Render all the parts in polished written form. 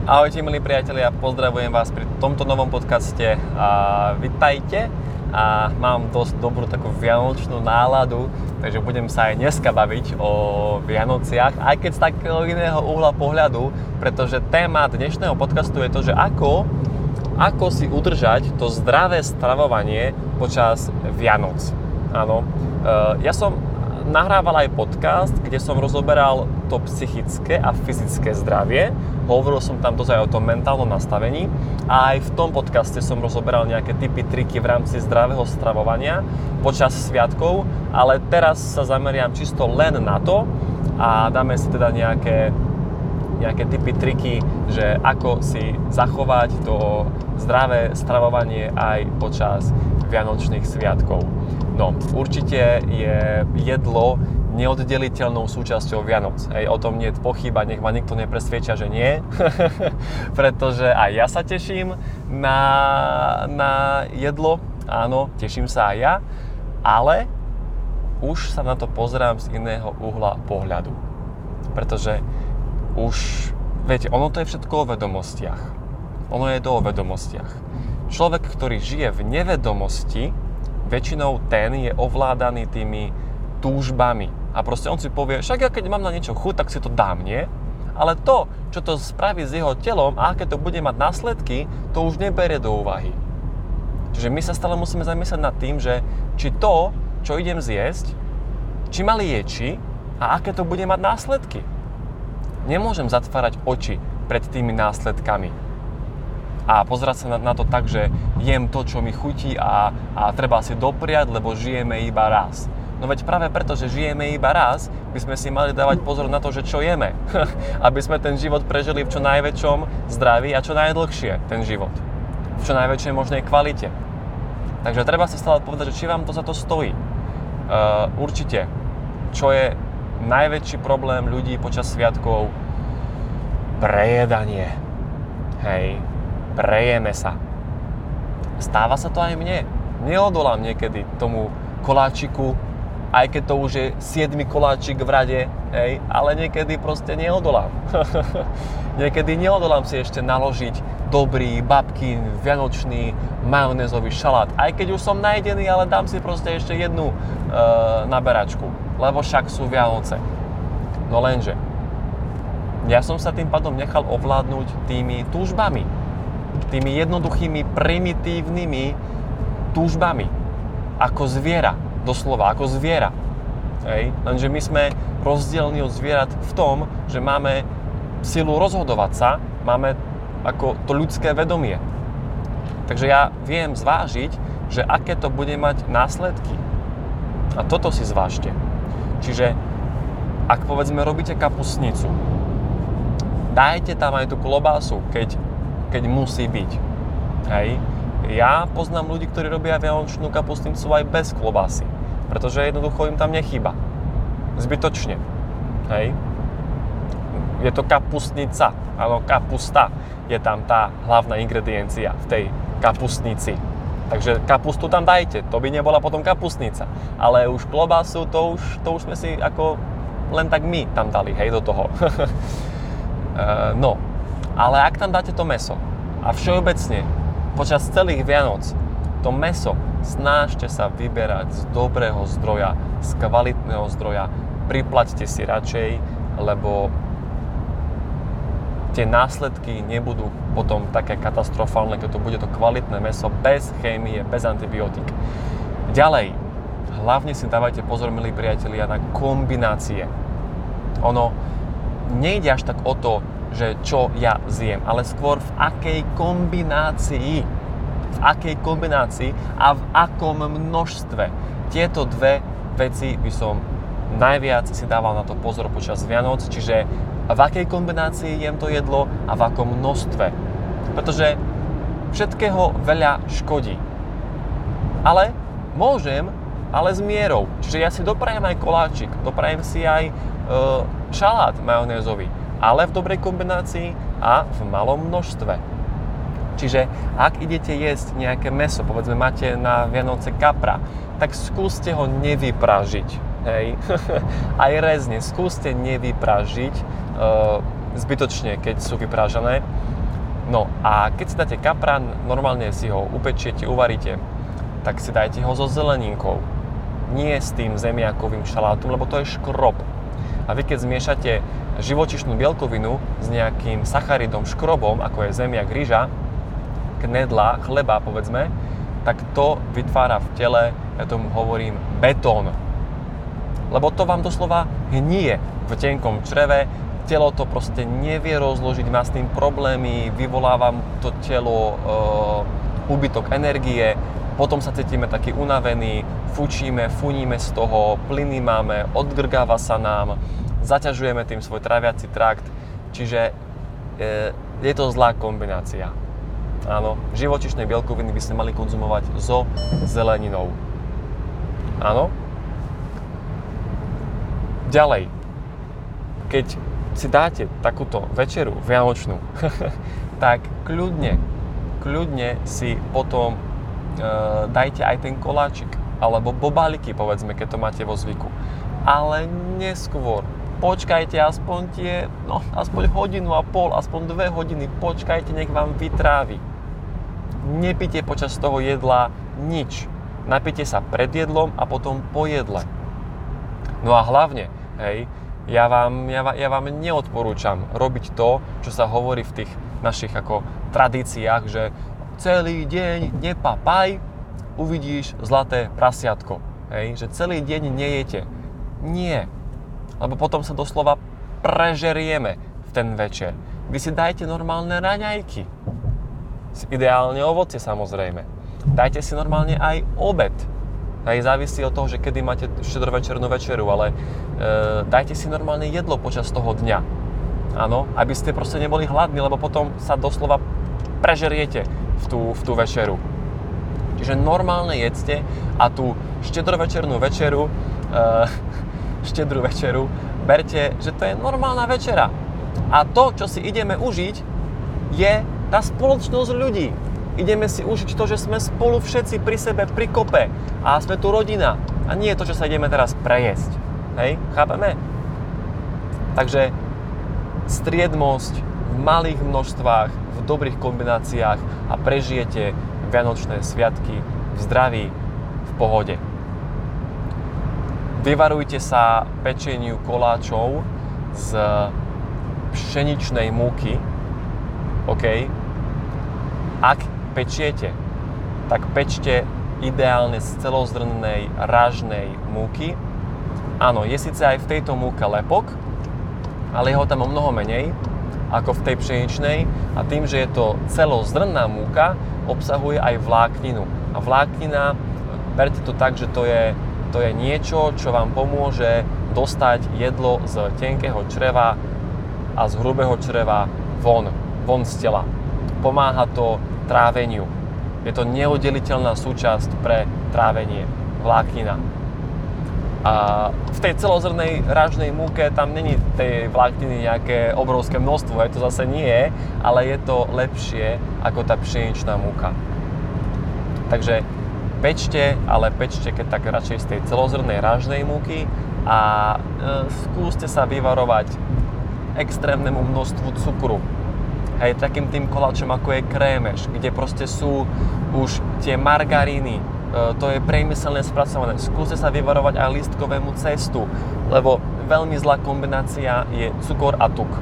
Ahojte milí priatelia, pozdravujem vás pri tomto novom podcaste a vitajte. A mám dosť dobrú takú vianočnú náladu, takže budem sa aj dneska baviť o Vianociach, aj keď z takého iného uhla pohľadu, pretože téma dnešného podcastu je to, že ako si udržať to zdravé stravovanie počas Vianoc. Áno, ja som nahrával aj podcast, kde som rozoberal to psychické a fyzické zdravie. Hovoril som tam dosť aj o tom mentálnom nastavení a aj v tom podcaste som rozoberal nejaké tipy, triky v rámci zdravého stravovania počas sviatkov, ale teraz sa zameriam čisto len na to a dáme si teda nejaké tipy, triky, že ako si zachovať to zdravé stravovanie aj počas vianočných sviatkov. No, určite je jedlo neoddeliteľnou súčasťou Vianoc. O tom nie je pochyba, nech ma nikto nepresvieča, že nie. Pretože aj ja sa teším na jedlo, áno, teším sa aj ja, ale už sa na to pozerám z iného uhla pohľadu. Pretože už, viete, ono to je všetko o vedomostiach. Ono je to o vedomostiach. Človek, ktorý žije v nevedomosti, väčšinou ten je ovládaný tými túžbami. A proste on si povie, však ja keď mám na niečo chuť, tak si to dám, nie? Ale to, čo to spraví s jeho telom a aké to bude mať následky, to už neberie do úvahy. Čiže my sa stále musíme zamyslieť nad tým, že či to, čo idem zjesť, či ma lieči a aké to bude mať následky. Nemôžem zatvárať oči pred tými následkami a pozerať sa na to tak, že jem to, čo mi chutí a treba si dopriať, lebo žijeme iba raz. No veď práve preto, že žijeme iba raz, by sme si mali dávať pozor na to, že čo jeme. Aby sme ten život prežili v čo najväčšom zdraví a čo najdlhšie ten život. V čo najväčšej možnej kvalite. Takže treba si stále povedať, že či vám to za to stojí. Určite. Čo je najväčší problém ľudí počas sviatkov? Prejedanie. Hej. Prejeme sa. Stáva sa to aj mne. Neodolám niekedy tomu koláčiku, aj keď to už je 7. koláčik v rade, hej, ale niekedy proste neodolám. Niekedy neodolám si ešte naložiť dobrý babkin, vianočný majonézový šalát. Aj keď už som najedený, ale dám si proste ešte jednu naberačku, lebo však sú Vianoce. No lenže, ja som sa tým pádom nechal ovládnuť tými túžbami. Tými jednoduchými, primitívnymi túžbami. Ako zviera. Doslova, ako zviera. Hej? Lenže my sme rozdielni od zvierat v tom, že máme silu rozhodovať sa, máme ako to ľudské vedomie. Takže ja viem zvážiť, že aké to bude mať následky. A toto si zvážte. Čiže, ak povedzme robíte kapustnicu, dajte tam aj tú klobásu, keď musí byť. Hej? Ja poznám ľudí, ktorí robia vianočnú kapustnicu aj bez klobásy, pretože jednoducho im tam nechýba. Zbytočne. Hej? Je to kapustnica, áno, kapusta je tam tá hlavná ingrediencia v tej kapustnici. Takže kapustu tam dajte, to by nebola potom kapustnica. Ale už klobásu, to už sme si ako len tak my tam dali, hej, do toho. No, ale ak tam dáte to mäso a všeobecne počas celých Vianoc to mäso snažte sa vyberať z dobrého zdroja, z kvalitného zdroja. Priplaťte si radšej, lebo tie následky nebudú potom také katastrofálne, keď to bude to kvalitné mäso bez chémie, bez antibiotík. Ďalej, hlavne si dávajte pozor, milí priatelia, na kombinácie. Ono nejde až tak o to, že čo ja zjem, ale skôr v akej kombinácii. V akej kombinácii a v akom množstve. Tieto dve veci by som najviac si dával na to pozor počas Vianoc, čiže v akej kombinácii jem to jedlo a v akom množstve. Pretože všetkého veľa škodí. Ale môžem, ale s mierou. Čiže ja si doprajem aj koláčik, doprajem si aj šalát majonézový, ale v dobrej kombinácii a v malom množstve. Čiže ak idete jesť nejaké mäso, povedzme máte na Vianoce kapra, tak skúste ho nevypražiť. Hej? Aj rezne, skúste nevypražiť zbytočne, keď sú vypražané. No a keď si dáte kapran, normálne si ho upečiete, uvaríte, tak si dajte ho so zeleninkou. Nie s tým zemiakovým šalátom, lebo to je škrob. A vy keď zmiešate živočíšnu bielkovinu s nejakým sacharidom, škrobom, ako je zemiak, ryža, knedla, chleba povedzme, tak to vytvára v tele, ja tomu hovorím, betón. Lebo to vám doslova hnie v tenkom čreve, telo to proste nevie rozložiť, má s tým problémy, vyvoláva to telo úbytok energie, potom sa cítime taký unavení, funíme z toho, plyny máme, odgrgáva sa nám, zaťažujeme tým svoj traviaci trakt, čiže je to zlá kombinácia. Áno, živočíšne bielkoviny by ste mali konzumovať so zeleninou. Áno? Ďalej, keď si dáte takúto večeru vianočnú, tak kľudne si potom dajte aj ten koláčik, alebo bobáliky, povedzme, keď to máte vo zvyku. Ale neskôr. Počkajte aspoň hodinu a pol, aspoň 2 hodiny, počkajte, nech vám vytrávi. Nepite počas toho jedla nič. Napite sa pred jedlom a potom po jedle. No a hlavne, hej, ja vám neodporúčam robiť to, čo sa hovorí v tých našich ako tradíciách, že celý deň nepapaj, uvidíš zlaté prasiatko. Hej, že celý deň nejete. Nie. Lebo potom sa doslova prežerieme v ten večer. Vy si dajte normálne raňajky. Ideálne ovocie samozrejme. Dajte si normálne aj obed. Hej, závisí od toho, že kedy máte štedrovečernú večeru, ale dajte si normálne jedlo počas toho dňa. Áno, aby ste proste neboli hladní, lebo potom sa doslova prežeriete v tú večeru. Čiže normálne jedzte a tú štedrovečernú večeru, štedrú večeru, berte, že to je normálna večera. A to, čo si ideme užiť, je tá spoločnosť ľudí. Ideme si užiť to, že sme spolu všetci pri sebe, pri kope a sme tu rodina. A nie je to, že sa ideme teraz prejesť. Hej? Chápeme? Takže striedmosť v malých množstvách, v dobrých kombináciách a prežijete vianočné sviatky v zdraví, v pohode. Vyvarujte sa pečeniu koláčov z pšeničnej múky. OK? Ak pečiete, tak pečte ideálne z celozrnnej ražnej múky. Áno, je síce aj v tejto múke lepok, ale je ho tam o mnoho menej ako v tej pšeničnej a tým, že je to celozrnná múka, obsahuje aj vlákninu. A vláknina, berte to tak, že to je niečo, čo vám pomôže dostať jedlo z tenkého čreva a z hrubého čreva von z tela. Pomáha to tráveniu. Je to neoddeliteľná súčasť pre trávenie, vláknina. A v tej celozrnej ražnej múke tam není tej vlákniny nejaké obrovské množstvo, to zase nie, ale je to lepšie ako tá pšeničná múka. Takže pečte, ale pečte keď tak radšej z tej celozrnej ražnej múky a skúste sa vyvarovať extrémnemu množstvu cukru. Hej, takým tým koláčom ako je krémeš, kde proste sú už tie margaríny, to je priemyselne spracované. Skúste sa vyvarovať aj lístkovému cestu, lebo veľmi zlá kombinácia je cukor a tuk.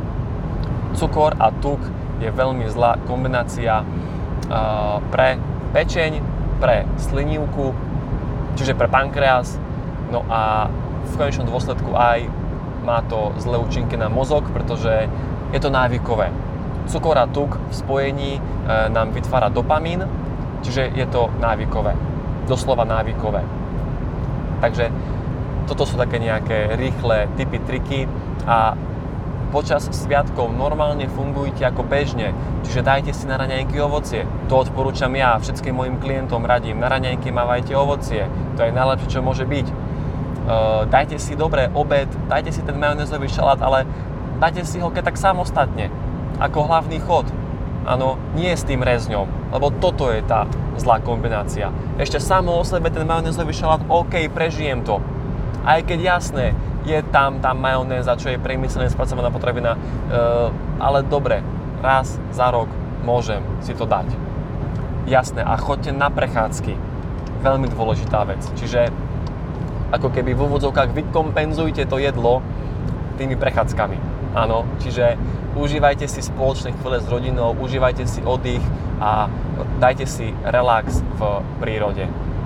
Cukor a tuk je veľmi zlá kombinácia pre pečeň, pre slinivku, čiže pre pankreas, no a v konečnom dôsledku aj má to zlé účinky na mozog, pretože je to návykové. Cukor a tuk v spojení nám vytvára dopamín, čiže je to návykové. Doslova návykové. Takže toto sú také nejaké rýchle tipy, triky a počas sviatkov normálne fungujte ako bežne. Čiže dajte si na raňajky ovocie. To odporúčam ja, všetkým mojim klientom radím. Na raňajky mávajte ovocie. To je najlepšie, čo môže byť. Dajte si dobré obed, dajte si ten majonézový šalát, ale dajte si ho keď tak samostatne. Ako hlavný chod. Áno, nie s tým rezňom, lebo toto je tá zlá kombinácia. Ešte samo o sebe ten majonézový šalát, OK, prežijem to. Aj keď jasné, je tam tá majonéza, čo je priemyselne spracovaná potravina, ale dobre, raz za rok môžem si to dať. Jasné, a choďte na prechádzky. Veľmi dôležitá vec. Čiže ako keby v úvodzovkách vykompenzujte to jedlo tými prechádzkami. Áno, čiže užívajte si spoločné chvíle s rodinou, užívajte si oddych a dajte si relax v prírode.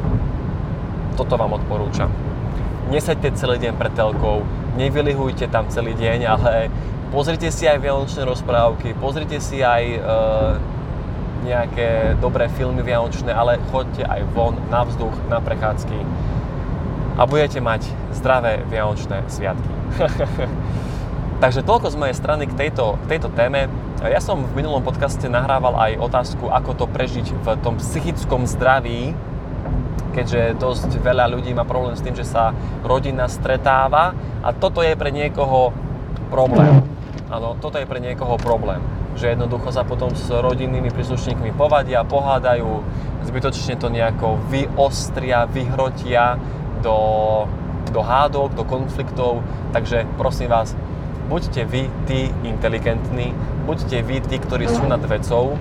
Toto vám odporúčam. Neseďte celý deň pred telkou, nevylihujte tam celý deň, ale pozrite si aj vianočné rozprávky, pozrite si aj nejaké dobré filmy vianočné, ale choďte aj von, na vzduch, na prechádzky a budete mať zdravé vianočné sviatky. Takže toľko z mojej strany k tejto téme. Ja som v minulom podcaste nahrával aj otázku, ako to prežiť v tom psychickom zdraví, keďže dosť veľa ľudí má problém s tým, že sa rodina stretáva a toto je pre niekoho problém. Áno, toto je pre niekoho problém, že jednoducho sa potom s rodinnými príslušníkmi povadia, pohádajú, zbytočne to nejako vyostria, vyhrotia do hádok, do konfliktov, takže prosím vás, buďte vy tí inteligentní, buďte vy tí, ktorí sú nad vecou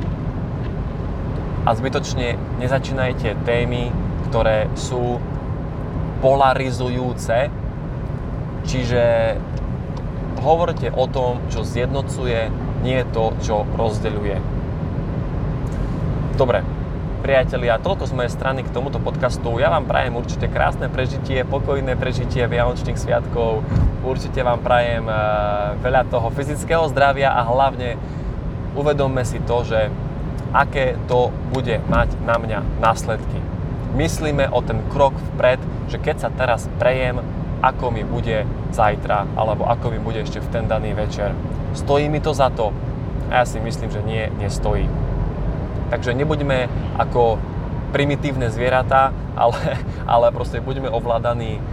a zbytočne nezačínajte témy, ktoré sú polarizujúce, čiže hovorte o tom, čo zjednocuje, nie to, čo rozdeľuje. Dobre, priatelia, toľko z mojej strany k tomuto podcastu. Ja vám prajem určite krásne prežitie, pokojné prežitie Vianočných sviatkov. Určite vám prajem veľa toho fyzického zdravia a hlavne uvedomme si to, že aké to bude mať na mňa následky. Myslíme o ten krok vpred, že keď sa teraz prejem, ako mi bude zajtra, alebo ako mi bude ešte v ten daný večer. Stojí mi to za to? A ja si myslím, že nie, nestojí. Takže nebuďme ako primitívne zvieratá, ale proste buďme ovládaní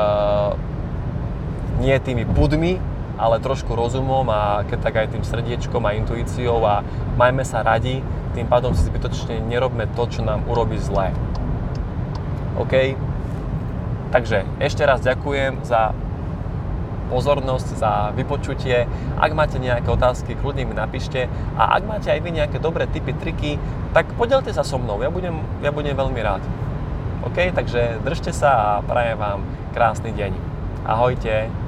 nie tými pudmi, ale trošku rozumom a keď tak aj tým srdiečkom a intuíciou a majme sa radi, tým pádom si zbytočne nerobme to, čo nám urobí zlé. OK? Takže ešte raz ďakujem za pozornosť, za vypočutie. Ak máte nejaké otázky, kľudne mi napíšte. A ak máte aj vy nejaké dobré tipy, triky, tak podielte sa so mnou. Ja budem veľmi rád. OK? Takže držte sa a prajem vám krásny deň. Ahojte.